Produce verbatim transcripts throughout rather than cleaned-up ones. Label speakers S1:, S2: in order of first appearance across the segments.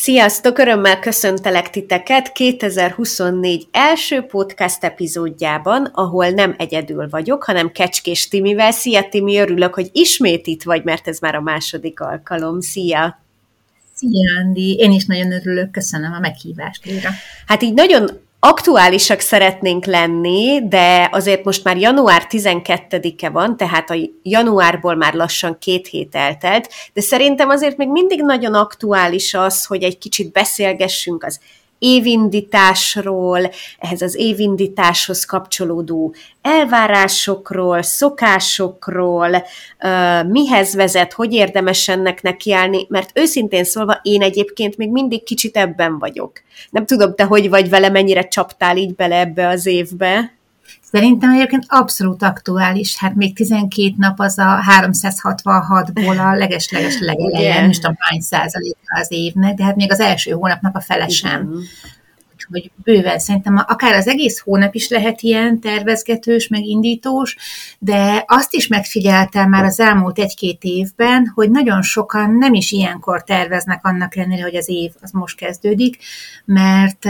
S1: Sziasztok! Örömmel köszöntelek titeket kétezer-huszonnégy első podcast epizódjában, ahol nem egyedül vagyok, hanem Kecskés Timivel. Szia Timi, örülök, hogy ismét itt vagy, mert ez már a második alkalom. Szia!
S2: Szia Andi, én is nagyon örülök, köszönöm a meghívást újra.
S1: Hát így nagyon aktuálisak szeretnénk lenni, de azért most már január tizenkettedike van, tehát a januárból már lassan két hét eltelt, de szerintem azért még mindig nagyon aktuális az, hogy egy kicsit beszélgessünk az évindításról, ehhez az évindításhoz kapcsolódó elvárásokról, szokásokról, mihez vezet, hogy érdemes ennek nekiállni, mert őszintén szólva én egyébként még mindig kicsit ebben vagyok. Nem tudom, te hogy vagy vele, mennyire csaptál így bele ebbe az évbe?
S2: Szerintem egyébként abszolút aktuális, hát még tizenkét nap az a háromszázhatvanhatból a leges-leges legeleje, nem is tudom hány százaléka az évnek, de hát még az első hónapnak a fele sem. Úgyhogy bőven szerintem akár az egész hónap is lehet ilyen tervezgetős, meg indítós, de azt is megfigyeltem már az elmúlt egy-két évben, hogy nagyon sokan nem is ilyenkor terveznek annak ellenére, hogy az év az most kezdődik, mert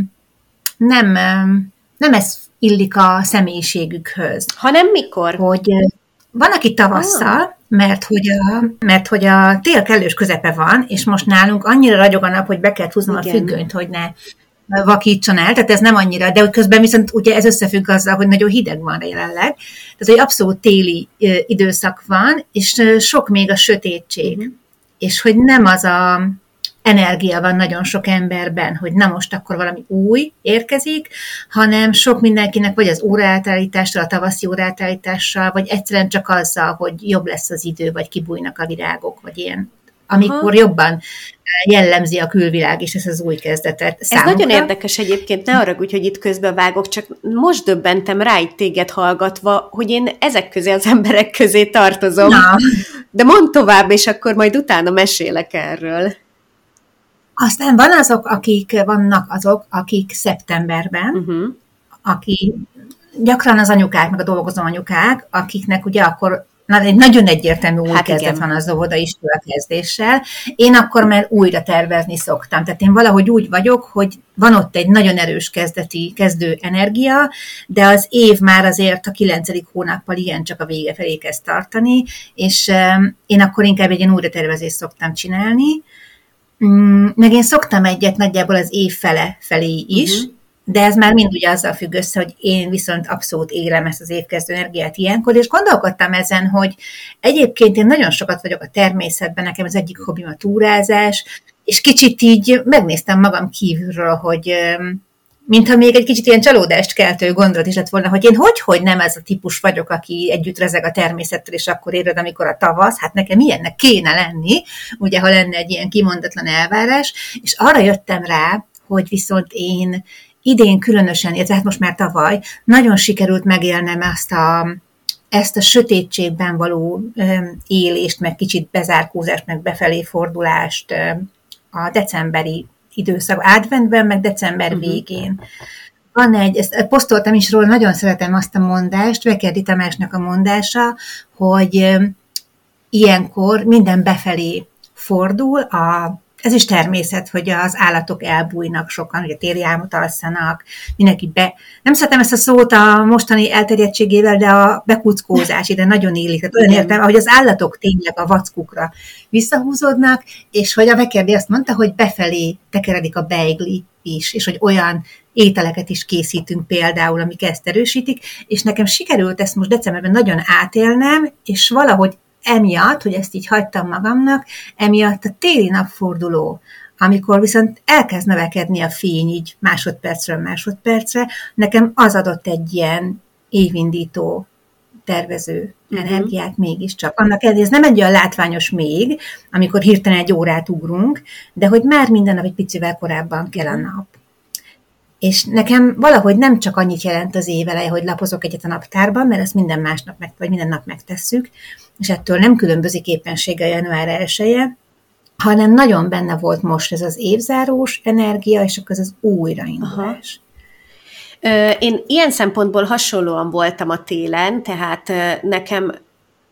S2: nem, nem ez illik a személyiségükhöz.
S1: Hanem mikor?
S2: Hogy van, aki tavasszal, ah. mert, hogy a, mert hogy a tél kellős közepe van, és most nálunk annyira ragyog a nap, hogy be kell húznom Igen. a függönyt, hogy ne vakítson el, tehát ez nem annyira, de közben viszont ugye ez összefügg azzal, hogy nagyon hideg van jelenleg, tehát hogy abszolút téli időszak van, és sok még a sötétség, uh-huh. és hogy nem az a energia van nagyon sok emberben, hogy na most akkor valami új érkezik, hanem sok mindenkinek vagy az óraátállítással, a tavaszi óraátállítással, vagy egyszerűen csak azzal, hogy jobb lesz az idő, vagy kibújnak a virágok, vagy ilyen, amikor Aha. jobban jellemzi a külvilág is ezt az új kezdetet számukra.
S1: Ez nagyon érdekes egyébként, ne haragudj, hogy itt közbevágok, csak most döbbentem rá itt téged hallgatva, hogy én ezek közé az emberek közé tartozom. Na. De mondd tovább, és akkor majd utána mesélek erről.
S2: Aztán van azok, akik, vannak azok, akik szeptemberben, uh-huh. aki gyakran az anyukák, meg a dolgozó anyukák, akiknek ugye akkor na, egy nagyon egyértelmű új hát kezdet igen. van az óvodaistől kezdéssel. Én akkor már újra tervezni szoktam. Tehát én valahogy úgy vagyok, hogy van ott egy nagyon erős kezdeti, kezdő energia, de az év már azért a kilencedik hónappal igencsak a vége felé kezd tartani, és um, én akkor inkább egy ilyen újratervezést szoktam csinálni. Meg én szoktam egyet nagyjából az év fele felé is, uh-huh. de ez már mind ugye azzal függ össze, hogy én viszont abszolút élem ezt az évkezdő energiát ilyenkor, és gondolkodtam ezen, hogy egyébként én nagyon sokat vagyok a természetben, nekem az egyik hobbim a túrázás, és kicsit így megnéztem magam kívülről, hogy mintha még egy kicsit ilyen csalódást keltő gondolat is lett volna, hogy én hogy-hogy nem ez a típus vagyok, aki együtt rezeg a természettel, és akkor érted, amikor a tavasz, hát nekem ilyennek kéne lenni, ugye, ha lenne egy ilyen kimondatlan elvárás, és arra jöttem rá, hogy viszont én idén különösen, illetve hát most már tavaly, nagyon sikerült megélnem ezt a, ezt a sötétségben való öm, élést, meg kicsit bezárkózást, meg befelé fordulást öm, a decemberi időszak, adventben, meg december uh-huh. végén. Van egy, ezt posztoltam is róla, nagyon szeretem azt a mondást, Vekerdi Tamásnak a mondása, hogy ilyenkor minden befelé fordul, a, ez is természet, hogy az állatok elbújnak sokan, hogy a téli álmot alszanak, mindenki be... Nem szeretem ezt a szót a mostani elterjedtségével, de a bekuckózás ide nagyon illik. Tehát olyan értem, hogy az állatok tényleg a vackukra visszahúzódnak, és hogy a Vekerdi azt mondta, hogy befelé tekeredik a beigli is, és hogy olyan ételeket is készítünk például, amik ezt erősítik, és nekem sikerült ezt most decemberben nagyon átélnem, és valahogy emiatt, hogy ezt így hagytam magamnak, emiatt a téli napforduló, amikor viszont elkezd növekedni a fény így másodpercről másodpercre, nekem az adott egy ilyen évindító tervező uh-huh. energiát mégiscsak. Annak ez nem egy olyan látványos még, amikor hirtelen egy órát ugrunk, de hogy már minden nap egy picivel korábban kell a nap. És nekem valahogy nem csak annyit jelent az év eleje, hogy lapozok egyet a naptárban, mert ezt minden másnap meg, vagy minden nap megtesszük, és ettől nem különbözik éppenséggel január elseje, hanem nagyon benne volt most ez az évzárós energia, és akkor ez az újraindulás.
S1: Aha. Én ilyen szempontból hasonlóan voltam a télen, tehát nekem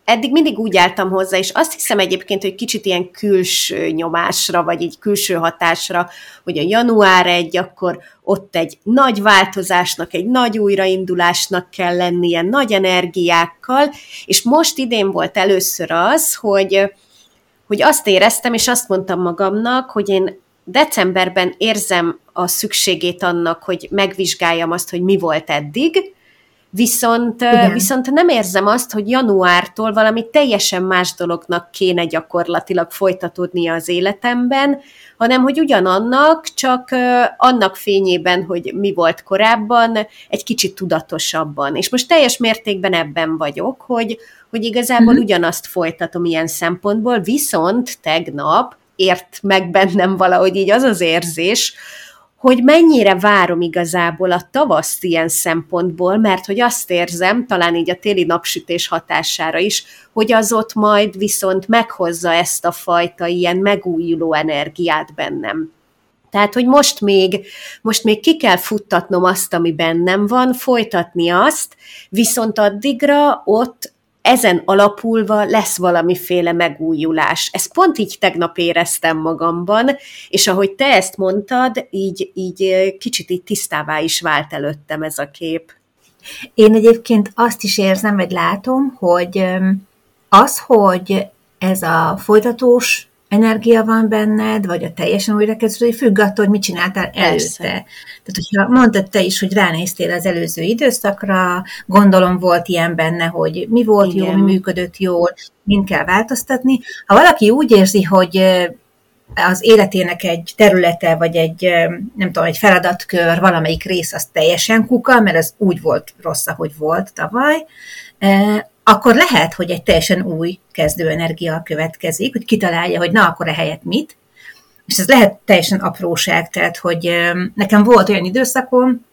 S1: eddig mindig úgy álltam hozzá, és azt hiszem egyébként, hogy kicsit ilyen külső nyomásra, vagy így külső hatásra, hogy a január elseje, akkor ott egy nagy változásnak, egy nagy újraindulásnak kell lennie, nagy energiákkal, és most idén volt először az, hogy, hogy azt éreztem, és azt mondtam magamnak, hogy én decemberben érzem a szükségét annak, hogy megvizsgáljam azt, hogy mi volt eddig, Viszont, viszont nem érzem azt, hogy januártól valami teljesen más dolognak kéne gyakorlatilag folytatódnia az életemben, hanem hogy ugyanannak, csak annak fényében, hogy mi volt korábban, egy kicsit tudatosabban. És most teljes mértékben ebben vagyok, hogy, hogy igazából uh-huh. ugyanazt folytatom ilyen szempontból, viszont tegnap ért meg bennem valahogy így az az érzés, hogy mennyire várom igazából a tavaszt ilyen szempontból, mert hogy azt érzem, talán így a téli napsütés hatására is, hogy az ott majd viszont meghozza ezt a fajta ilyen megújuló energiát bennem. Tehát, hogy most még, most még ki kell futtatnom azt, ami bennem van, folytatni azt, viszont addigra ott ezen alapulva lesz valamiféle megújulás. Ezt pont így tegnap éreztem magamban, és ahogy te ezt mondtad, így, így kicsit így tisztává is vált előttem ez a kép.
S2: Én egyébként azt is érzem, vagy látom, hogy az, hogy ez a folytatós energia van benned, vagy a teljesen újrakezdődő, függ attól, hogy mit csináltál előtte. Persze. Tehát, hogyha mondtad te is, hogy ránéztél az előző időszakra, gondolom volt ilyen benne, hogy mi volt Igen. jó, mi működött jól, mind kell változtatni. Ha valaki úgy érzi, hogy az életének egy területe, vagy egy, nem tudom, egy feladatkör, valamelyik rész az teljesen kuka, mert az úgy volt rossz, ahogy volt tavaly, akkor lehet, hogy egy teljesen új kezdőenergia következik, hogy kitalálja, hogy na, akkor ehelyett mit. És ez lehet teljesen apróság, tehát, hogy nekem volt olyan időszakom,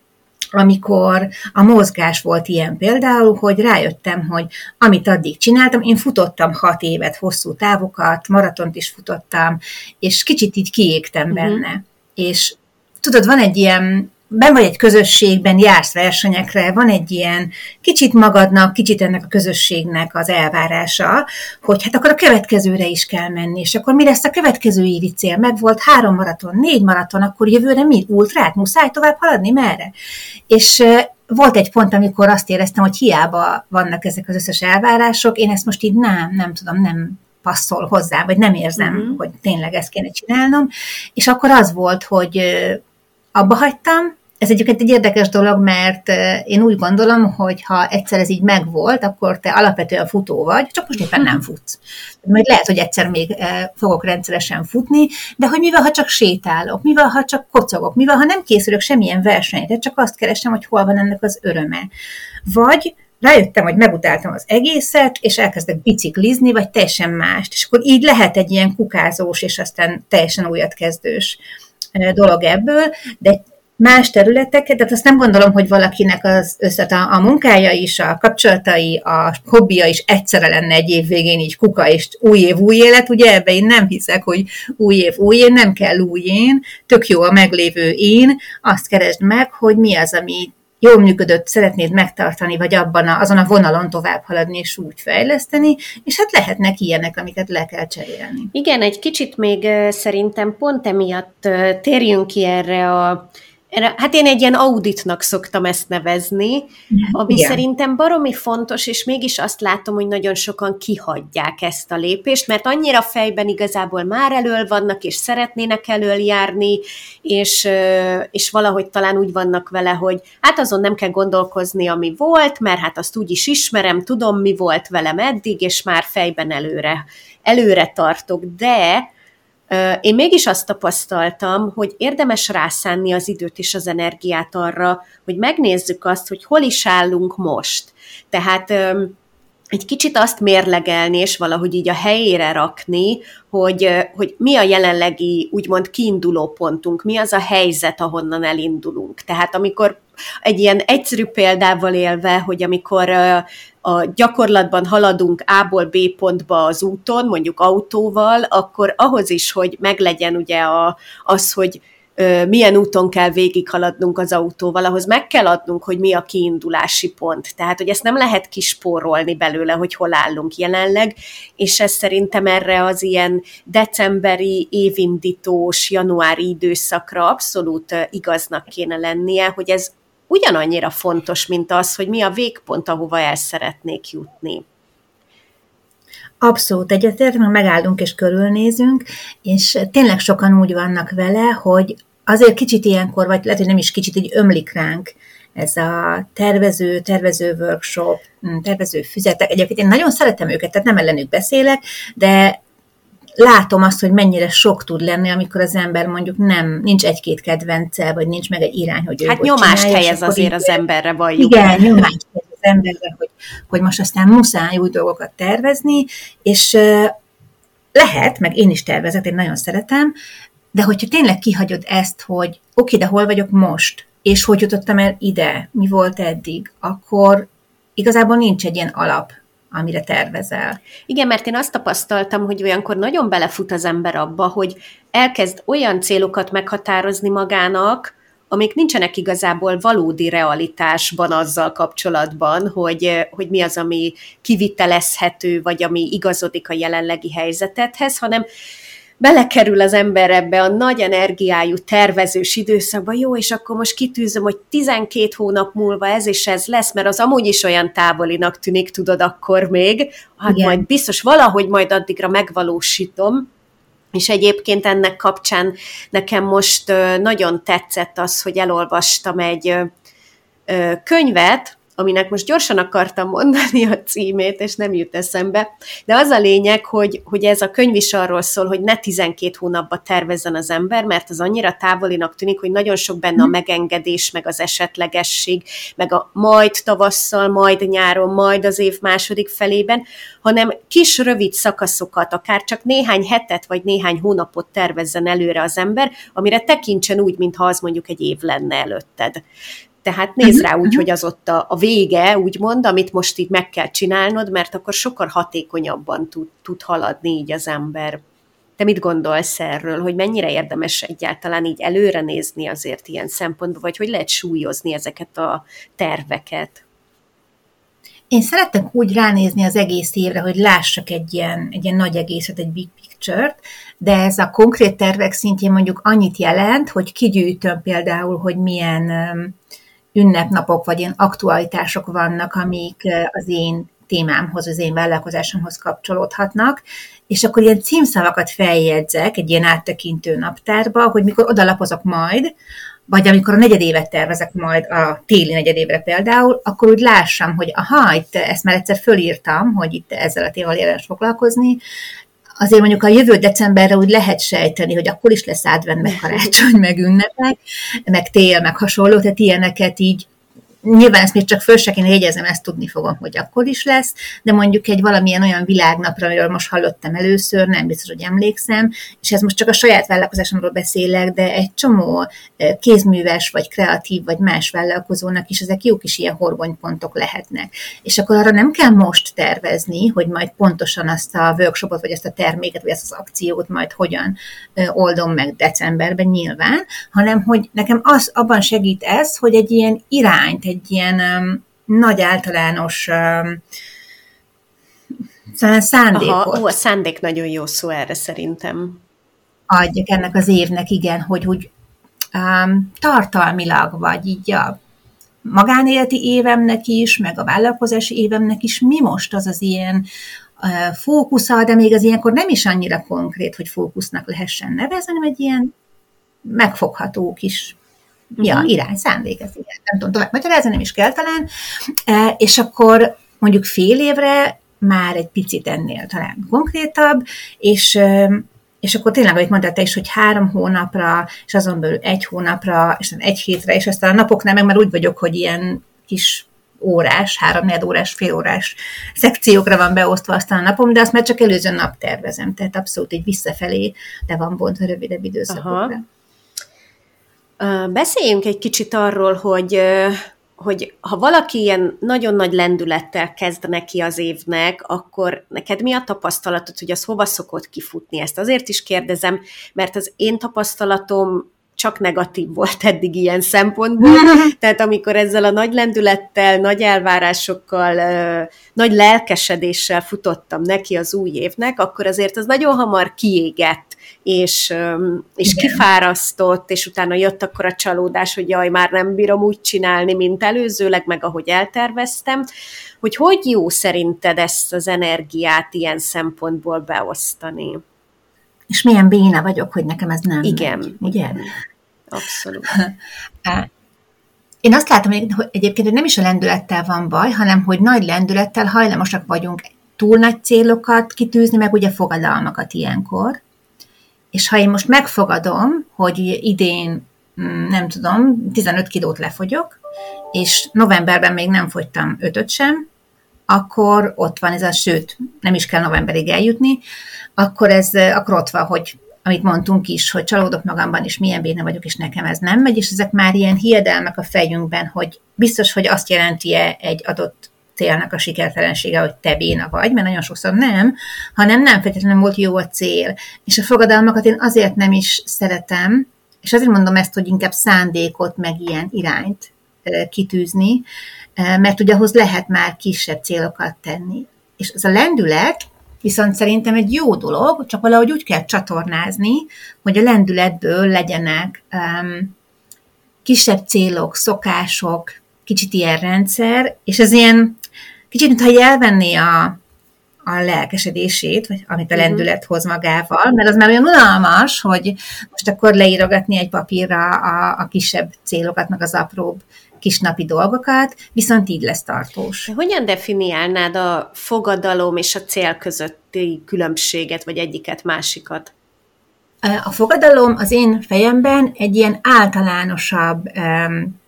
S2: amikor a mozgás volt ilyen például, hogy rájöttem, hogy amit addig csináltam, én futottam hat évet, hosszú távokat, maratont is futottam, és kicsit így kiégtem uh-huh. benne. És tudod, van egy ilyen, benn vagy egy közösségben, jársz versenyekre, van egy ilyen kicsit magadnak, kicsit ennek a közösségnek az elvárása, hogy hát akkor a következőre is kell menni, és akkor mi lesz a következő évi cél? Meg volt három maraton, négy maraton, akkor jövőre mi? Ultrát? Muszáj tovább haladni? Merre? És volt egy pont, amikor azt éreztem, hogy hiába vannak ezek az összes elvárások, én ezt most így nem, nem tudom, nem passzol hozzá, vagy nem érzem, uh-huh. hogy tényleg ezt kéne csinálnom, és akkor az volt, hogy abba hagytam. Ez egyébként egy érdekes dolog, mert én úgy gondolom, hogy ha egyszer ez így megvolt, akkor te alapvetően futó vagy, csak most éppen nem futsz. Majd lehet, hogy egyszer még fogok rendszeresen futni, de hogy mivel, ha csak sétálok, mivel, ha csak kocogok, mivel, ha nem készülök semmilyen versenyre, csak azt keresem, hogy hol van ennek az öröme. Vagy rájöttem, hogy megutáltam az egészet, és elkezdek biciklizni, vagy teljesen mást. És akkor így lehet egy ilyen kukázós, és aztán teljesen újat kezdős dolog ebből, de más területeket, tehát azt nem gondolom, hogy valakinek az összet a, a munkája is, a kapcsolatai, a hobbija is egyszerre lenne egy év végén így kuka, és új év, új élet, ugye ebben én nem hiszek, hogy új év, új én, nem kell új én, tök jó a meglévő én, azt keresd meg, hogy mi az, ami jól működött, szeretnéd megtartani, vagy abban a, azon a vonalon tovább haladni, és úgy fejleszteni, és hát lehetnek ilyenek, amiket le kell cserélni.
S1: Igen, egy kicsit még szerintem pont emiatt térjünk ki erre a Hát én egy ilyen auditnak szoktam ezt nevezni, ami Igen. szerintem baromi fontos, és mégis azt látom, hogy nagyon sokan kihagyják ezt a lépést, mert annyira fejben igazából már elől vannak, és szeretnének elől járni, és, és valahogy talán úgy vannak vele, hogy hát azon nem kell gondolkozni, ami volt, mert hát azt úgy is ismerem, tudom, mi volt velem eddig, és már fejben előre, előre tartok, de én mégis azt tapasztaltam, hogy érdemes rászánni az időt és az energiát arra, hogy megnézzük azt, hogy hol is állunk most. Tehát egy kicsit azt mérlegelni, és valahogy így a helyére rakni, hogy, hogy mi a jelenlegi, úgymond kiinduló pontunk, mi az a helyzet, ahonnan elindulunk. Tehát amikor egy ilyen egyszerű példával élve, hogy amikor a gyakorlatban haladunk A-ból B pontba az úton, mondjuk autóval, akkor ahhoz is, hogy meglegyen ugye a, az, hogy milyen úton kell végighaladnunk az autóval, ahhoz meg kell adnunk, hogy mi a kiindulási pont. Tehát, hogy ezt nem lehet kispórolni belőle, hogy hol állunk jelenleg, és ez szerintem erre az ilyen decemberi, évindítós, januári időszakra abszolút igaznak kéne lennie, hogy ez ugyanannyira fontos, mint az, hogy mi a végpont, ahova el szeretnék jutni.
S2: Abszolút egyetértek, mert megállunk és körülnézünk, és tényleg sokan úgy vannak vele, hogy azért kicsit ilyenkor, vagy lehet, hogy nem is kicsit, így ömlik ránk ez a tervező, tervező workshop, tervező füzetek. Egyébként én nagyon szeretem őket, tehát nem ellenük beszélek, de látom azt, hogy mennyire sok tud lenni, amikor az ember mondjuk nem, nincs egy-két kedvence, vagy nincs meg egy irány, hogy ő
S1: hát
S2: hogy
S1: nyomást
S2: csinálja,
S1: helyez azért az emberre, valljuk.
S2: Igen, nyomást helyez az emberre, hogy, hogy most aztán muszáj új dolgokat tervezni, és uh, lehet, meg én is tervezek, én nagyon szeretem, de hogyha tényleg kihagyod ezt, hogy oké, de hol vagyok most, és hogy jutottam el ide, mi volt eddig, akkor igazából nincs egy ilyen alap, amire tervezel.
S1: Igen, mert én azt tapasztaltam, hogy olyankor nagyon belefut az ember abba, hogy elkezd olyan célokat meghatározni magának, amik nincsenek igazából valódi realitásban azzal kapcsolatban, hogy, hogy mi az, ami kivitelezhető, vagy ami igazodik a jelenlegi helyzetedhez, hanem belekerül az ember ebbe a nagy energiájú tervezős időszakba, jó, és akkor most kitűzöm, hogy tizenkét hónap múlva ez és ez lesz, mert az amúgy is olyan távolinak tűnik, tudod, akkor még, hát igen, majd biztos valahogy majd addigra megvalósítom, és egyébként ennek kapcsán nekem most nagyon tetszett az, hogy elolvastam egy könyvet, aminek most gyorsan akartam mondani a címét, és nem jut eszembe, de az a lényeg, hogy, hogy ez a könyv is arról szól, hogy ne tizenkét hónapba tervezzen az ember, mert az annyira távolinak tűnik, hogy nagyon sok benne a megengedés, meg az esetlegesség, meg a majd tavasszal, majd nyáron, majd az év második felében, hanem kis rövid szakaszokat, akár csak néhány hetet, vagy néhány hónapot tervezzen előre az ember, amire tekintsen úgy, mintha az mondjuk egy év lenne előtted. Tehát nézd rá úgy, hogy az ott a, a vége, úgymond, amit most így meg kell csinálnod, mert akkor sokkal hatékonyabban tud, tud haladni így az ember. Te mit gondolsz erről, hogy mennyire érdemes egyáltalán így előre nézni azért ilyen szempontból, vagy hogy lehet súlyozni ezeket a terveket?
S2: Én szeretek úgy ránézni az egész évre, hogy lássak egy ilyen, egy ilyen nagy egészet, egy big picture-t, de ez a konkrét tervek szintjén mondjuk annyit jelent, hogy kigyűjtöm például, hogy milyen ünnepnapok vagy ilyen aktualitások vannak, amik az én témámhoz, az én vállalkozásomhoz kapcsolódhatnak, és akkor ilyen címszavakat feljegyzek egy ilyen áttekintő naptárba, hogy mikor odalapozok majd, vagy amikor a negyedévet tervezek majd, a téli negyedévre például, akkor úgy lássam, hogy aha, itt ezt már egyszer fölírtam, hogy itt ezzel a témával érdemes foglalkozni. Azért mondjuk a jövő decemberre úgy lehet sejteni, hogy akkor is lesz advent, meg karácsony, meg ünnepek, meg tél, meg hasonló, tehát ilyeneket így, nyilván ezt még csak föl se kéne jegyeznem, ezt tudni fogom, hogy akkor is lesz, de mondjuk egy valamilyen olyan világnapra, amiről most hallottam először, nem biztos, hogy emlékszem, és ez most csak a saját vállalkozásomról beszélek, de egy csomó kézműves, vagy kreatív, vagy más vállalkozónak is ezek jó kis ilyen horgonypontok lehetnek. És akkor arra nem kell most tervezni, hogy majd pontosan azt a workshopot, vagy ezt a terméket, vagy ezt az akciót majd hogyan oldom meg decemberben nyilván, hanem hogy nekem az, abban segít ez, hogy egy ilyen irányt, egy ilyen um, nagy általános um, szándékot.
S1: Aha, ó, a szándék nagyon jó szó erre szerintem.
S2: Adjak ennek az évnek, igen, hogy úgy um, tartalmilag, vagy így a magánéleti évemnek is, meg a vállalkozási évemnek is, mi most az az ilyen uh, fókusza, de még az ilyenkor nem is annyira konkrét, hogy fókusznak lehessen nevezni, hanem egy ilyen megfogható kis ja, uh-huh. irány, szándék, ez igen. Nem tudom tovább magyarázni, nem is kell talán. E, és akkor mondjuk fél évre már egy picit ennél talán konkrétabb, és, és akkor tényleg, ahogy mondtad te is, hogy három hónapra, és azon belül egy hónapra, és egy hétre, és aztán a napoknál meg már úgy vagyok, hogy ilyen kis órás, három-négy órás, fél órás szekciókra van beosztva aztán a napom, de azt már csak előző nap tervezem, tehát abszolút egy visszafelé le van bontva rövidebb időszakokra. Aha.
S1: Beszéljünk egy kicsit arról, hogy, hogy ha valaki ilyen nagyon nagy lendülettel kezd neki az évnek, akkor neked mi a tapasztalatod, hogy az hova szokott kifutni? Ezt azért is kérdezem, mert az én tapasztalatom csak negatív volt eddig ilyen szempontból, tehát amikor ezzel a nagy lendülettel, nagy elvárásokkal, nagy lelkesedéssel futottam neki az új évnek, akkor azért az nagyon hamar kiégett, és, és kifárasztott, és utána jött akkor a csalódás, hogy jaj, már nem bírom úgy csinálni, mint előzőleg, meg ahogy elterveztem, hogy hogy jó szerinted ezt az energiát ilyen szempontból beosztani?
S2: És milyen béna vagyok, hogy nekem ez nem
S1: Igen.
S2: megy, ugye?
S1: Abszolút.
S2: Én azt látom, hogy egyébként hogy nem is a lendülettel van baj, hanem hogy nagy lendülettel hajlamosak vagyunk túl nagy célokat kitűzni, meg ugye fogadalmakat ilyenkor. És ha én most megfogadom, hogy idén, nem tudom, tizenöt kilót lefogyok, és novemberben még nem fogytam ötöt sem, akkor ott van ez a, sőt, nem is kell novemberig eljutni, akkor ez, akkor ott van, hogy amit mondtunk is, hogy csalódok magamban, és milyen béna vagyok, és nekem ez nem megy, és ezek már ilyen hiedelmek a fejünkben, hogy biztos, hogy azt jelenti-e egy adott célnak a sikertelensége, hogy te béna vagy, mert nagyon sokszor nem, hanem nem feltétlenül volt jó a cél. És a fogadalmakat én azért nem is szeretem, és azért mondom ezt, hogy inkább szándékot, meg ilyen irányt kitűzni, mert ugye ahhoz lehet már kisebb célokat tenni. És ez a lendület viszont szerintem egy jó dolog, csak valahogy úgy kell csatornázni, hogy a lendületből legyenek um, kisebb célok, szokások, kicsit ilyen rendszer, és ez ilyen kicsit, mintha elvenné a, a lelkesedését, vagy amit a lendület hoz magával, mert az már olyan unalmas, hogy most akkor leírogatni egy papírra a, a kisebb célokat, meg az apróbb kis napi dolgokat, viszont így lesz tartós.
S1: Hogyan definiálnád a fogadalom és a cél közötti különbséget, vagy egyiket, másikat?
S2: A fogadalom az én fejemben egy ilyen általánosabb, um,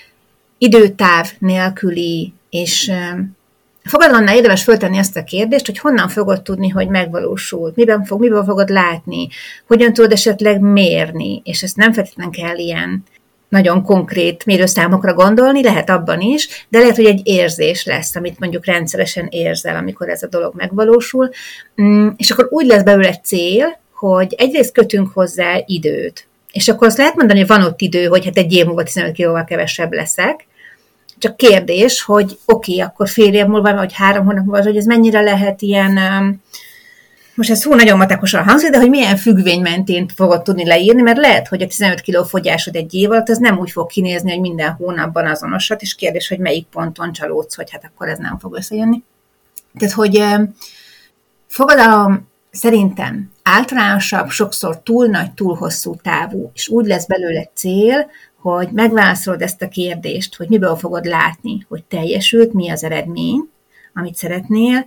S2: időtáv nélküli, és um, a fogadalomnál érdemes föltenni azt a kérdést, hogy honnan fogod tudni, hogy megvalósult, miben, fog, miben fogod látni, hogyan tudod esetleg mérni, és ezt nem feltétlenül kell ilyen nagyon konkrét mérőszámokra gondolni, lehet abban is, de lehet, hogy egy érzés lesz, amit mondjuk rendszeresen érzel, amikor ez a dolog megvalósul, és akkor úgy lesz belőle egy cél, hogy egyrészt kötünk hozzá időt, és akkor azt lehet mondani, hogy van ott idő, hogy hát egy év múlva tizenöt kilóval kevesebb leszek, csak kérdés, hogy oké, okay, akkor fél év múlva, vagy három hónap múlva, hogy ez mennyire lehet ilyen, most ez hú, nagyon matekosan hangzik, de hogy milyen függvény mentén fogod tudni leírni, mert lehet, hogy a tizenöt kiló fogyásod egy év alatt, az nem úgy fog kinézni, hogy minden hónapban azonosat, és kérdés, hogy melyik ponton csalódsz, hogy hát akkor ez nem fog összejönni. Tehát, hogy fogadalom szerintem általánosabb, sokszor túl nagy, túl hosszú távú, és úgy lesz belőle cél, hogy megválaszolod ezt a kérdést, hogy miből fogod látni, hogy teljesült, mi az eredmény, amit szeretnél,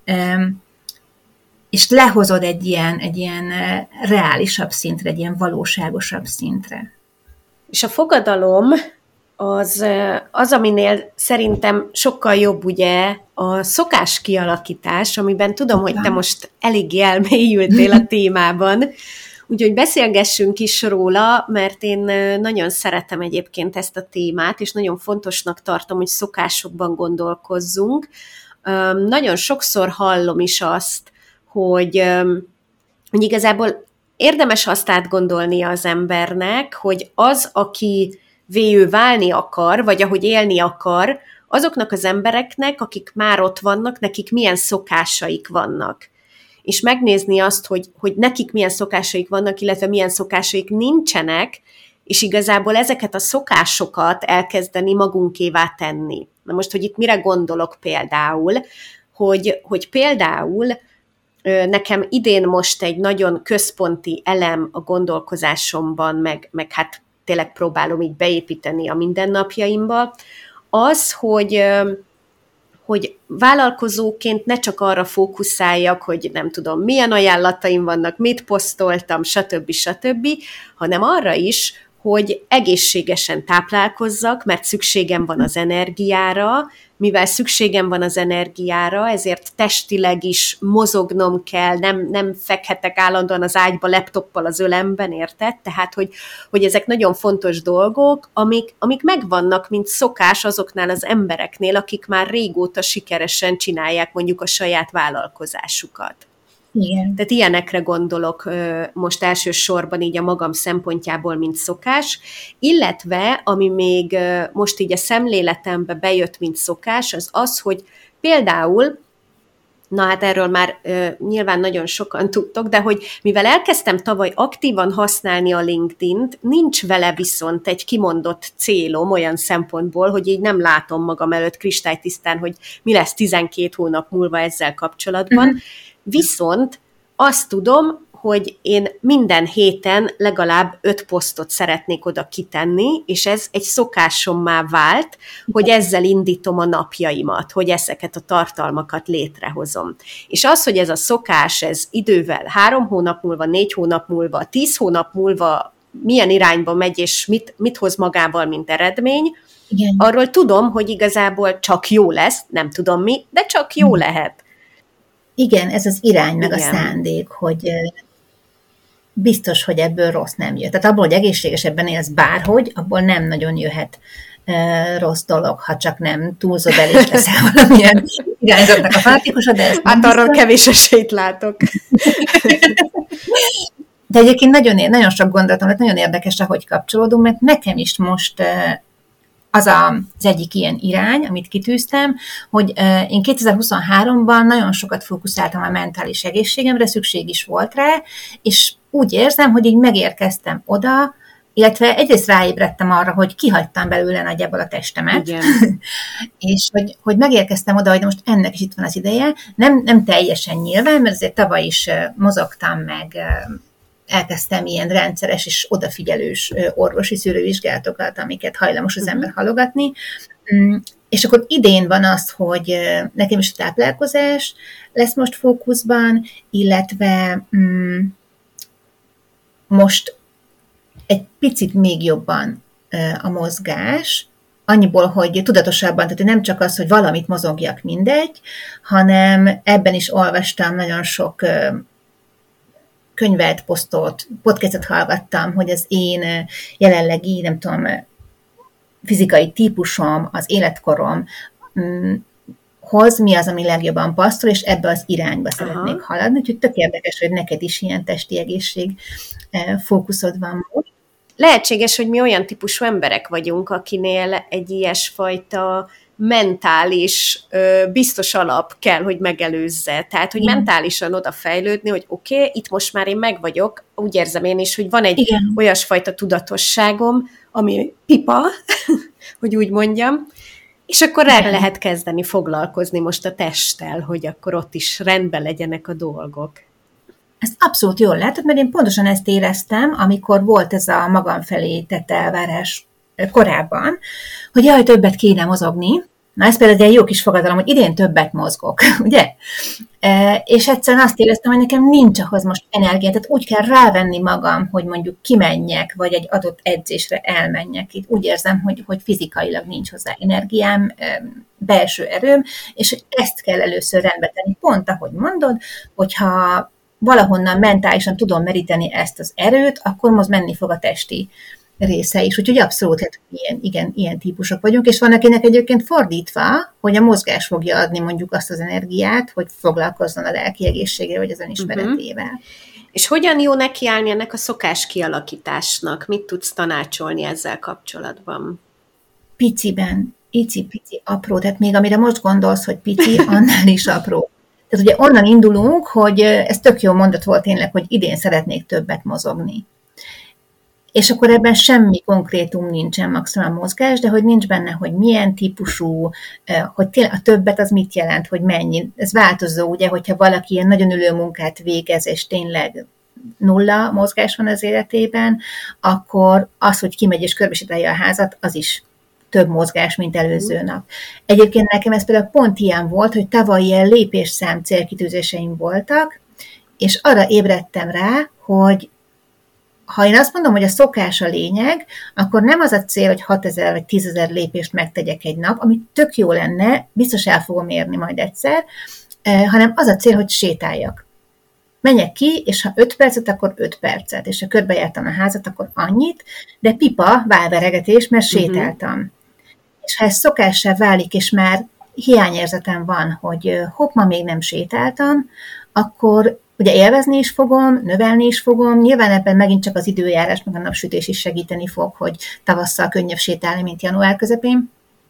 S2: és lehozod egy ilyen, egy ilyen reálisabb szintre, egy ilyen valóságosabb szintre.
S1: És a fogadalom az, az, aminél szerintem sokkal jobb ugye a szokás kialakítás, amiben tudom, hogy te most eléggé elmélyültél a témában, úgyhogy beszélgessünk is róla, mert én nagyon szeretem egyébként ezt a témát, és nagyon fontosnak tartom, hogy szokásokban gondolkozzunk. Nagyon sokszor hallom is azt, hogy, hogy igazából érdemes azt átgondolnia az embernek, hogy az, aki véő válni akar, vagy ahogy élni akar, azoknak az embereknek, akik már ott vannak, nekik milyen szokásaik vannak. És megnézni azt, hogy, hogy nekik milyen szokásaik vannak, illetve milyen szokásaik nincsenek, és igazából ezeket a szokásokat elkezdeni magunkévá tenni. Na most, hogy itt mire gondolok például, hogy, hogy például nekem idén most egy nagyon központi elem a gondolkozásomban, meg, meg hát tényleg próbálom így beépíteni a mindennapjaimba, az, hogy, hogy vállalkozóként ne csak arra fókuszáljak, hogy nem tudom, milyen ajánlataim vannak, mit posztoltam, stb. stb., hanem arra is, hogy egészségesen táplálkozzak, mert szükségem van az energiára, mivel szükségem van az energiára, ezért testileg is mozognom kell, nem, nem fekhetek állandóan az ágyba laptoppal az ölemben, érted? Tehát, hogy, hogy ezek nagyon fontos dolgok, amik, amik megvannak, mint szokás azoknál az embereknél, akik már régóta sikeresen csinálják mondjuk a saját vállalkozásukat.
S2: Igen.
S1: Tehát ilyenekre gondolok most elsősorban így a magam szempontjából, mint szokás, illetve ami még most így a szemléletembe bejött, mint szokás, az az, hogy például, na hát erről már uh, nyilván nagyon sokan tudtok, de hogy mivel elkezdtem tavaly aktívan használni a LinkedIn-t, nincs vele viszont egy kimondott célom olyan szempontból, hogy így nem látom magam előtt kristálytisztán, hogy mi lesz tizenkét hónap múlva ezzel kapcsolatban. Uh-huh. Viszont azt tudom, hogy én minden héten legalább öt posztot szeretnék oda kitenni, és ez egy szokásommá vált, hogy ezzel indítom a napjaimat, hogy ezeket a tartalmakat létrehozom. És az, hogy ez a szokás, ez idővel három hónap múlva, négy hónap múlva, tíz hónap múlva milyen irányba megy, és mit, mit hoz magával, mint eredmény, igen. Arról tudom, hogy igazából csak jó lesz, nem tudom mi, de csak jó lehet.
S2: Igen, ez az irány, meg igen. A szándék, hogy biztos, hogy ebből rossz nem jött. Tehát abból, hogy egészségesebben élsz bárhogy, abból nem nagyon jöhet uh, rossz dolog, ha csak nem túlzod el, és leszel valamilyen irányzatnak a fanatikusa, de ezt
S1: hát arról kevés esélyt látok.
S2: De egyébként nagyon, nagyon sok gondolatom lett, nagyon érdekes, ahogy kapcsolódunk, mert nekem is most uh, az a, az egyik ilyen irány, amit kitűztem, hogy uh, én kétezer-huszonháromban nagyon sokat fókuszáltam a mentális egészségemre, szükség is volt rá, és úgy érzem, hogy így megérkeztem oda, illetve egyrészt ráébredtem arra, hogy kihagytam belőle nagyjából a testemet, és hogy, hogy megérkeztem oda, hogy most ennek is itt van az ideje, nem, nem teljesen nyilván, mert azért tavaly is uh, mozogtam meg, uh, elkezdtem ilyen rendszeres és odafigyelős orvosi szűrővizsgálatokat, amiket hajlamos az ember halogatni, és akkor idén van az, hogy nekem is a táplálkozás lesz most fókuszban, illetve most egy picit még jobban a mozgás, annyiból, hogy tudatosabban, tehát nem csak az, hogy valamit mozogjak, mindegy, hanem ebben is olvastam nagyon sok könyvet, posztot, podcastot hallgattam, hogy az én jelenlegi, nem tudom, fizikai típusom, az életkorom hoz mi az, ami legjobban passzol, és ebbe az irányba Aha. szeretnék haladni. Úgyhogy tök érdekes, hogy neked is ilyen testi egészség fókuszod van most.
S1: Lehetséges, hogy mi olyan típusú emberek vagyunk, akinél egy ilyesfajta mentális, biztos alap kell, hogy megelőzze. Tehát, hogy igen. mentálisan odafejlődni, hogy oké, okay, itt most már én meg vagyok, úgy érzem én is, hogy van egy igen. olyasfajta tudatosságom, ami pipa, hogy úgy mondjam, és akkor el lehet kezdeni foglalkozni most a testtel, hogy akkor ott is rendben legyenek a dolgok.
S2: Ezt abszolút jól látod, mert én pontosan ezt éreztem, amikor volt ez a magam felé tett elvárás korábban, hogy jaj, többet kéne mozogni. Na, ez például egy jó kis fogadalom, hogy idén többet mozgok, ugye? E, és egyszerűen azt éreztem, hogy nekem nincs ahhoz most energia, tehát úgy kell rávenni magam, hogy mondjuk kimenjek, vagy egy adott edzésre elmenjek. Itt úgy érzem, hogy, hogy fizikailag nincs hozzá energiám, belső erőm, és hogy ezt kell először rendbe tenni. Pont ahogy mondod, hogyha valahonnan mentálisan tudom meríteni ezt az erőt, akkor most menni fog a testi része is. Úgyhogy abszolút lehet, hogy ilyen, igen, ilyen típusok vagyunk, és van akinek egyébként fordítva, hogy a mozgás fogja adni mondjuk azt az energiát, hogy foglalkozzon a lelki egészségével, vagy az önismeretével. Uh-huh.
S1: És hogyan jó nekiállni ennek a szokás kialakításnak? Mit tudsz tanácsolni ezzel kapcsolatban?
S2: Piciben, icipici, apró, tehát még amire most gondolsz, hogy pici, annál is apró. Tehát ugye onnan indulunk, hogy ez tök jó mondat volt tényleg, hogy idén szeretnék többet mozogni. És akkor ebben semmi konkrétum nincsen, maximum mozgás, de hogy nincs benne, hogy milyen típusú, hogy tényleg a többet az mit jelent, hogy mennyi. Ez változó, ugye, hogyha valaki ilyen nagyon ülő munkát végez, és tényleg nulla mozgás van az életében, akkor az, hogy kimegy és körbesétálja a házat, az is több mozgás, mint előző nap. Egyébként nekem ez például pont ilyen volt, hogy tavaly ilyen lépésszám célkitűzéseim voltak, és arra ébredtem rá, hogy ha én azt mondom, hogy a szokás a lényeg, akkor nem az a cél, hogy hatezer vagy tízezer lépést megtegyek egy nap, ami tök jó lenne, biztos el fogom érni majd egyszer, hanem az a cél, hogy sétáljak. Menjek ki, és ha öt percet, akkor öt percet, és ha körbejártam a házat, akkor annyit, de pipa, válveregetés, mert sétáltam. Uh-huh. És ha ez szokássá válik, és már hiányérzetem van, hogy hopp, ma még nem sétáltam, akkor ugye élvezni is fogom, növelni is fogom, nyilván ebben megint csak az időjárás, meg a napsütés is segíteni fog, hogy tavasszal könnyebb sétálni, mint január közepén.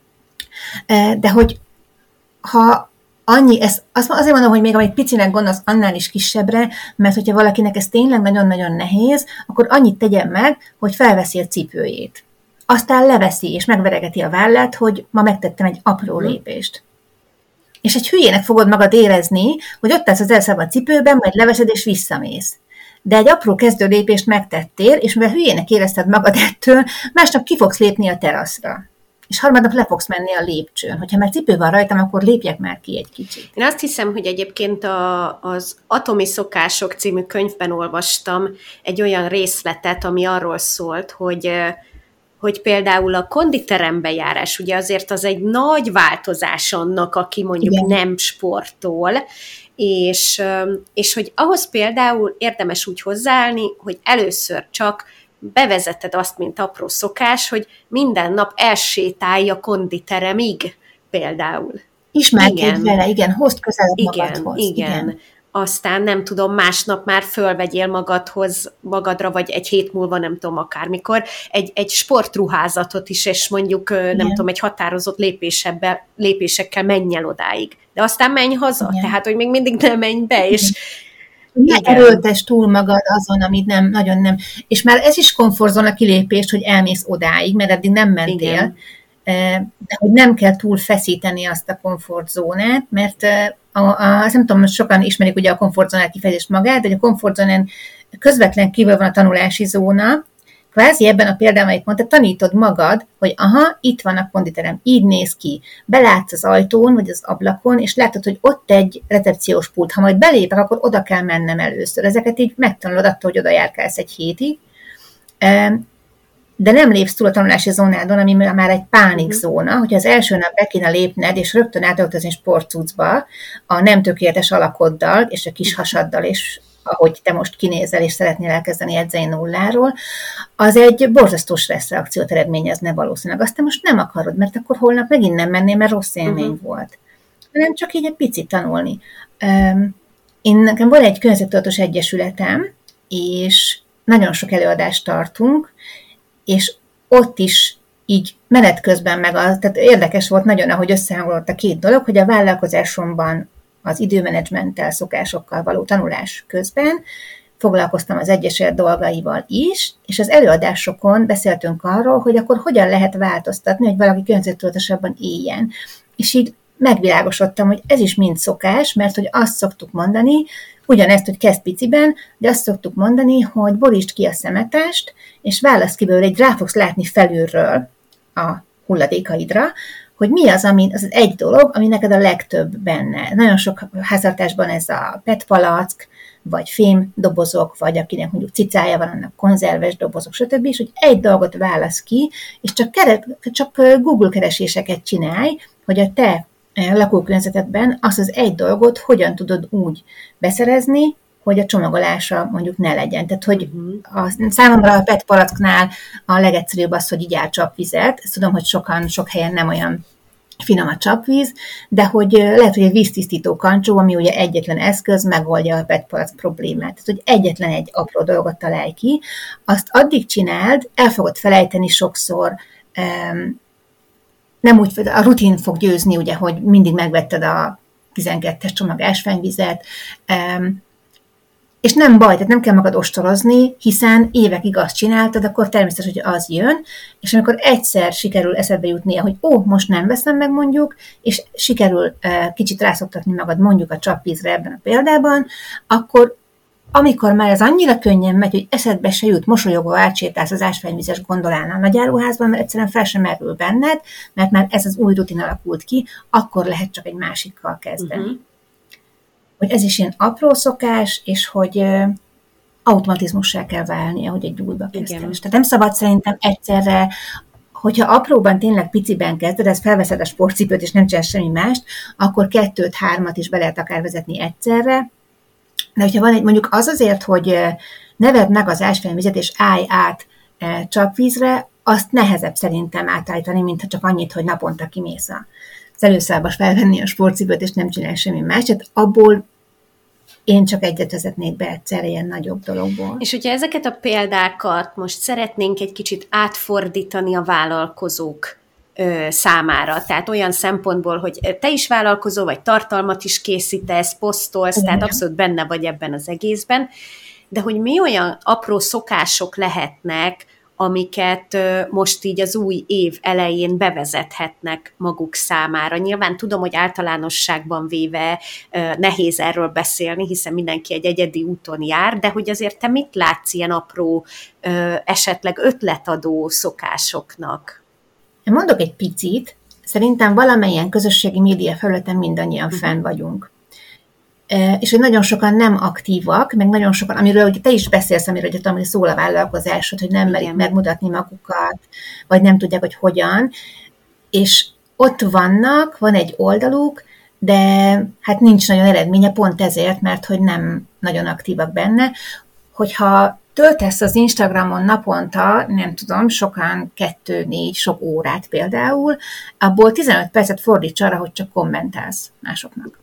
S2: De hogy ha annyi, ezt, azt azért mondom, hogy még amit picinek gondolsz, annál is kisebbre, mert hogyha valakinek ez tényleg nagyon-nagyon nehéz, akkor annyit tegyen meg, hogy felveszi a cipőjét. Aztán leveszi, és megveregeti a vállát, hogy ma megtettem egy apró lépést. És egy hülyének fogod magad érezni, hogy ott állsz az elszabad cipőben, majd leveszed és visszamész. De egy apró kezdő lépést megtettél, és mivel hülyének érezted magad ettől, másnap ki fogsz lépni a teraszra. És harmadnap le fogsz menni a lépcsőn. Hogyha már cipő van rajtam, akkor lépjek már ki egy kicsit.
S1: Én azt hiszem, hogy egyébként a, az Atomi szokások című könyvben olvastam egy olyan részletet, ami arról szólt, hogy hogy például a konditerembe járás, ugye azért az egy nagy változás annak, aki mondjuk igen. nem sportol, és, és hogy ahhoz például érdemes úgy hozzáállni, hogy először csak bevezeted azt, mint apró szokás, hogy minden nap elsétálj a konditeremig például.
S2: Ismerkedj vele, igen, hozd közelebb
S1: igen,
S2: magadhoz.
S1: Igen, igen. Aztán nem tudom, másnap már fölvegyél magadhoz, magadra, vagy egy hét múlva, nem tudom, akármikor, egy, egy sportruházatot is, és mondjuk, igen. nem tudom, egy határozott lépésekkel menj el odáig. De aztán menj haza, igen. tehát, hogy még mindig nem menj be, és
S2: ne erőltess túl magad azon, amit nem, nagyon nem. És már ez is komfortzóna kilépés, hogy elmész odáig, mert eddig nem mentél. Igen. De hogy nem kell túl feszíteni azt a komfortzónát, mert a, a, azt nem tudom, sokan ismerik ugye a komfortzónát kifejezést magát, de a komfortzónán közvetlen kívül van a tanulási zóna, kvázi ebben a példában, amit mondta, tanítod magad, hogy aha, itt van a konditerem, így néz ki. Belátsz az ajtón, vagy az ablakon, és látod, hogy ott egy recepciós pult. Ha majd belépek, akkor oda kell mennem először. Ezeket így megtanulod attól, hogy oda járkálsz egy hétig. De nem lépsz túl a tanulási zónádon, ami már egy pánikzóna, hogyha az első nap be kéne lépned, és rögtön átöltözni sportcuccba a nem tökéletes alakoddal, és a kis hasaddal, és ahogy te most kinézel, és szeretnél elkezdeni edzeni nulláról, az egy borzasztó stresszreakciót eredményezne valószínűleg. Azt te most nem akarod, mert akkor holnap megint nem mennél, mert rossz élmény uh-huh. volt. Hanem csak így egy picit tanulni. Én nekem van egy környezettudatos egyesületem, és nagyon sok előadást tartunk, és ott is így menet közben meg, az, tehát érdekes volt nagyon, ahogy összehangolott a két dolog, hogy a vállalkozásomban az időmenedzsmenttel, szokásokkal való tanulás közben foglalkoztam az egyesület dolgaival is, és az előadásokon beszéltünk arról, hogy akkor hogyan lehet változtatni, hogy valaki környezettudatosabban éljen. És így megvilágosodtam, hogy ez is mind szokás, mert hogy azt szoktuk mondani, ugyanezt, hogy kezd piciben, de azt szoktuk mondani, hogy borítsd ki a szemetást, és válasz ki belőle, egy rá fogsz látni felülről a hulladékaidra, hogy mi az, ami, az egy dolog, ami neked a legtöbb benne. Nagyon sok háztartásban ez a petpalack, vagy fémdobozok, vagy akinek mondjuk cicája van, annak konzerves dobozok, stb. És hogy egy dolgot válasz ki, és csak, kere, csak Google kereséseket csinálj, hogy a te lakókörnyezetedben azt az egy dolgot hogyan tudod úgy beszerezni, hogy a csomagolása mondjuk ne legyen. Tehát, hogy a, számomra a petpalacknál a legegyszerűbb az, hogy így áll csapvizet. Ezt tudom, hogy sokan, sok helyen nem olyan finom a csapvíz, de hogy lehet, hogy egy víztisztító kancsó, ami ugye egyetlen eszköz, megoldja a petpalack problémát. Tehát, hogy egyetlen egy apró dolgot találj ki, azt addig csináld, el fogod felejteni sokszor, um, nem úgy, a rutin fog győzni, ugye, hogy mindig megvetted a tizenkettes csomag ásványvizet, um, és nem baj, tehát nem kell magad ostorozni, hiszen évekig azt csináltad, akkor természetes, hogy az jön, és amikor egyszer sikerül eszedbe jutnia, hogy ó, most nem veszem meg mondjuk, és sikerül uh, kicsit rászoktatni magad mondjuk a csapvízre ebben a példában, akkor amikor már ez annyira könnyen megy, hogy eszedbe se jut, mosolyogva átsétálsz az ásványvizes gondolán a nagyáruházban, mert egyszerűen fel sem merül benned, mert már ez az új rutin alakult ki, akkor lehet csak egy másikkal kezdeni. Uh-huh. Hogy ez is ilyen apró szokás, és hogy uh, automatizmussá kell válnia, hogy egy újba kezdtem. Tehát nem szabad szerintem egyszerre, hogyha apróban tényleg piciben kezded, ezt felveszed a sportcipőt, és nem csinálsz semmi mást, akkor kettőt, hármat is be lehet akár vezetni egyszerre. De hogyha van egy, mondjuk az azért, hogy ne vedd meg az ásványvizet, és állj át e, csapvízre, azt nehezebb szerintem átállítani, mint ha csak annyit, hogy naponta kimész az előszárba felvenni a sportcipőt, és nem csinálj semmi más. Tehát abból én csak egyet vezetnék be egyszer ilyen nagyobb dologból.
S1: És hogyha ezeket a példákat most szeretnénk egy kicsit átfordítani a vállalkozók ö, számára, tehát olyan szempontból, hogy te is vállalkozó, vagy tartalmat is készítesz, posztolsz, igen, tehát abszolút benne vagy ebben az egészben, de hogy mi olyan apró szokások lehetnek, amiket most így az új év elején bevezethetnek maguk számára. Nyilván tudom, hogy általánosságban véve nehéz erről beszélni, hiszen mindenki egy egyedi úton jár, de hogy azért te mit látsz ilyen apró, esetleg ötletadó szokásoknak?
S2: Én mondok egy picit, szerintem valamilyen közösségi média felületen mindannyian uh-huh. fenn vagyunk. És hogy nagyon sokan nem aktívak, meg nagyon sokan, amiről ugye te is beszélsz, amiről ugye tudom, hogy szól a vállalkozásod, hogy nem merik megmutatni magukat, vagy nem tudják, hogy hogyan, és ott vannak, van egy oldaluk, de hát nincs nagyon eredménye pont ezért, mert hogy nem nagyon aktívak benne. Hogyha töltesz az Instagramon naponta, nem tudom, sokan kettő-négy sok órát például, abból tizenöt percet fordíts arra, hogy csak kommentálsz másoknak.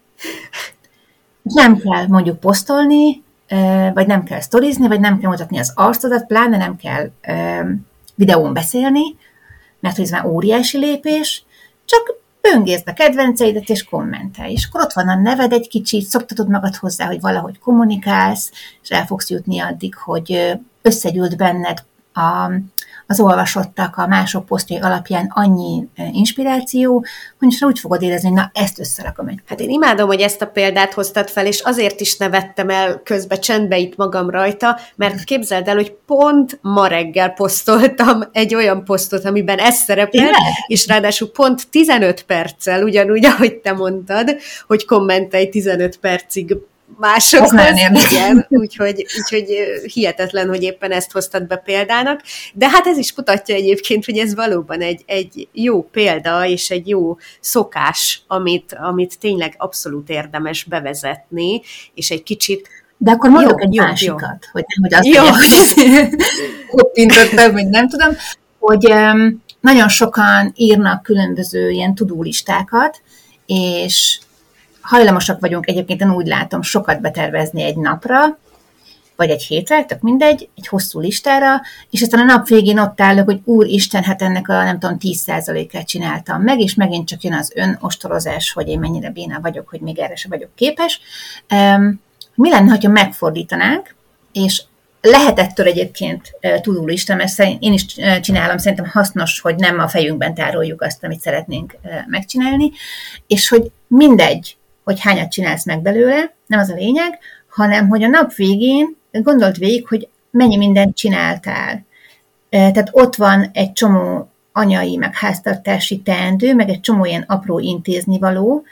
S2: Nem kell mondjuk posztolni, vagy nem kell sztorizni, vagy nem kell mutatni az arcodat, pláne nem kell videón beszélni, mert hogy ez már óriási lépés, csak böngészd a kedvenceidet és kommentelj. És akkor ott van a neved egy kicsit, szoktatod magad hozzá, hogy valahogy kommunikálsz, és el fogsz jutni addig, hogy összegyűlt benned a, az olvasottak, a mások posztjai alapján annyi inspiráció, hogy most úgy fogod érezni, hogy na, ezt összerakom egy.
S1: Hát én imádom, hogy ezt a példát hoztad fel, és azért is nevettem el közben csendbe itt magam rajta, mert képzeld el, hogy pont ma reggel posztoltam egy olyan posztot, amiben ez szerepel, igen? És ráadásul pont tizenöt perccel, ugyanúgy, ahogy te mondtad, hogy kommentelj tizenöt percig másokhoz, igen, úgyhogy, úgyhogy hihetetlen, hogy éppen ezt hoztad be példának, de hát ez is mutatja egyébként, hogy ez valóban egy, egy jó példa, és egy jó szokás, amit, amit tényleg abszolút érdemes bevezetni, és egy kicsit...
S2: De akkor mondok jó, egy jó, másikat, jó. hogy nem, hogy azt jó. mondja, hogy ezt koppintottam, vagy nem tudom, hogy um, nagyon sokan írnak különböző ilyen to-do listákat, és hajlamosak vagyunk egyébként, én úgy látom, sokat betervezni egy napra, vagy egy hétre, tök mindegy, egy hosszú listára, és aztán a nap végén ott állok, hogy úristen, hát ennek a nem tudom, tíz százalékát csináltam meg, és megint csak jön az önostorozás, hogy én mennyire béna vagyok, hogy még erre se vagyok képes. Mi lenne, ha megfordítanánk, és lehet ettől egyébként to-do lista, mert én is csinálom, szerintem hasznos, hogy nem a fejünkben tároljuk azt, amit szeretnénk megcsinálni, és hogy mindegy, hogy hányat csinálsz meg belőle, nem az a lényeg, hanem hogy a nap végén gondold végig, hogy mennyi mindent csináltál. Tehát ott van egy csomó anyai, meg háztartási teendő, meg egy csomó ilyen apró intéznivaló.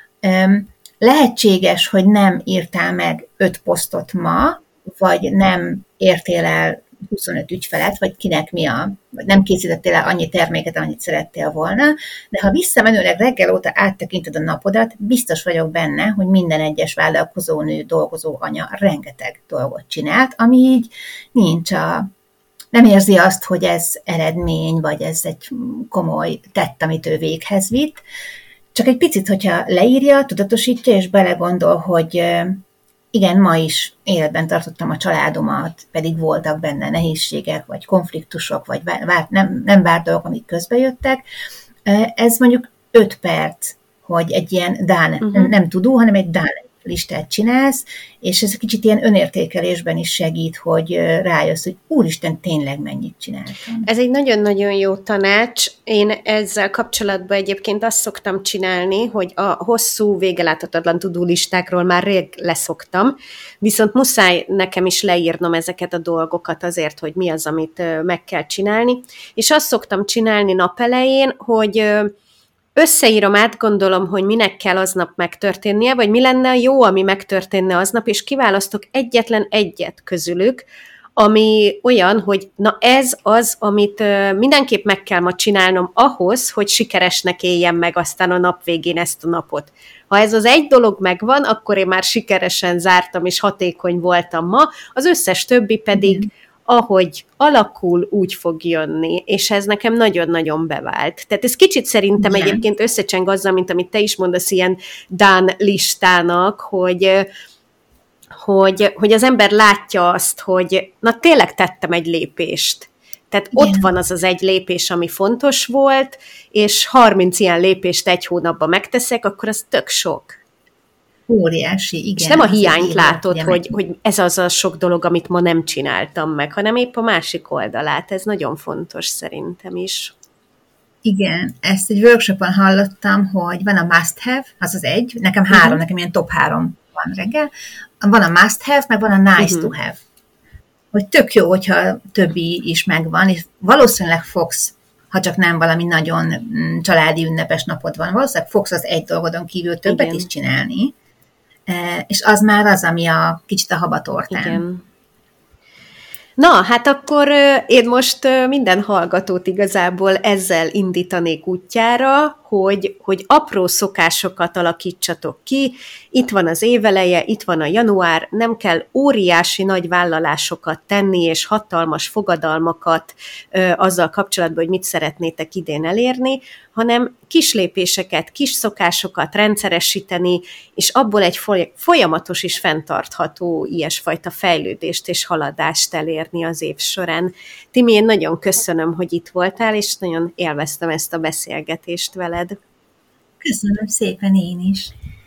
S2: Lehetséges, hogy nem írtál meg öt posztot ma, vagy nem értél el huszonöt ügyfelet, vagy kinek mi a, vagy nem készítettél el annyi terméket, annyit szerettél volna, de ha visszamenőleg reggel óta áttekinted a napodat, biztos vagyok benne, hogy minden egyes vállalkozónő, dolgozó anya rengeteg dolgot csinált, ami így nincs a, nem érzi azt, hogy ez eredmény, vagy ez egy komoly tett, amit ő véghez vitt. Csak egy picit, hogyha leírja, tudatosítja, és belegondol, hogy igen, ma is életben tartottam a családomat, pedig voltak benne nehézségek, vagy konfliktusok, vagy vár, nem, nem várt dolgok, amik közbejöttek. Ez mondjuk öt perc, hogy egy ilyen dán, uh-huh. nem, nem tudó, hanem egy dán listát csinálsz, és ez kicsit ilyen önértékelésben is segít, hogy rájössz, hogy úristen, tényleg mennyit csináltam.
S1: Ez egy nagyon-nagyon jó tanács. Én ezzel kapcsolatban egyébként azt szoktam csinálni, hogy a hosszú, végeláthatatlan to-do listákról már rég leszoktam, viszont muszáj nekem is leírnom ezeket a dolgokat azért, hogy mi az, amit meg kell csinálni. És azt szoktam csinálni nap elején, hogy összeírom, átgondolom, hogy minek kell aznap megtörténnie, vagy mi lenne a jó, ami megtörténne aznap, és kiválasztok egyetlen egyet közülük, ami olyan, hogy na ez az, amit mindenképp meg kell ma csinálnom ahhoz, hogy sikeresnek éljem meg aztán a nap végén ezt a napot. Ha ez az egy dolog megvan, akkor én már sikeresen zártam, és hatékony voltam ma, az összes többi pedig ahogy alakul, úgy fog jönni, és ez nekem nagyon-nagyon bevált. Tehát ez kicsit szerintem igen. Egyébként összecseng azzal, mint amit te is mondasz, ilyen dán listának, hogy hogy, hogy az ember látja azt, hogy na tényleg tettem egy lépést. Tehát igen. Ott van az az egy lépés, ami fontos volt, és harminc ilyen lépést egy hónapban megteszek, akkor az tök sok.
S2: Óriási, igen.
S1: És nem a hiányt látod, hogy, hogy ez az a sok dolog, amit ma nem csináltam meg, hanem épp a másik oldalát. Ez nagyon fontos szerintem is.
S2: Igen, ezt egy workshopon hallottam, hogy van a must have, az az egy, nekem három, uh-huh. nekem ilyen top három van reggel, van a must have, meg van a nice uh-huh. to have. Hogy tök jó, hogyha többi is megvan, és valószínűleg fogsz, ha csak nem valami nagyon családi ünnepes napod van, valószínűleg fogsz az egy dolgodon kívül többet igen. is csinálni, és az már az, ami a kicsit a habatortán.
S1: Igen. Na, hát akkor én most minden hallgatót igazából ezzel indítanék útjára, hogy, hogy apró szokásokat alakítsatok ki. Itt van az éveleje, itt van a január, nem kell óriási nagy vállalásokat tenni, és hatalmas fogadalmakat ö, azzal kapcsolatban, hogy mit szeretnétek idén elérni, hanem kis lépéseket, kis szokásokat rendszeresíteni, és abból egy folyamatos és fenntartható ilyesfajta fejlődést és haladást elérni az év során. Timi, én nagyon köszönöm, hogy itt voltál, és nagyon élveztem ezt a beszélgetést veled.
S2: Köszönöm szépen én is.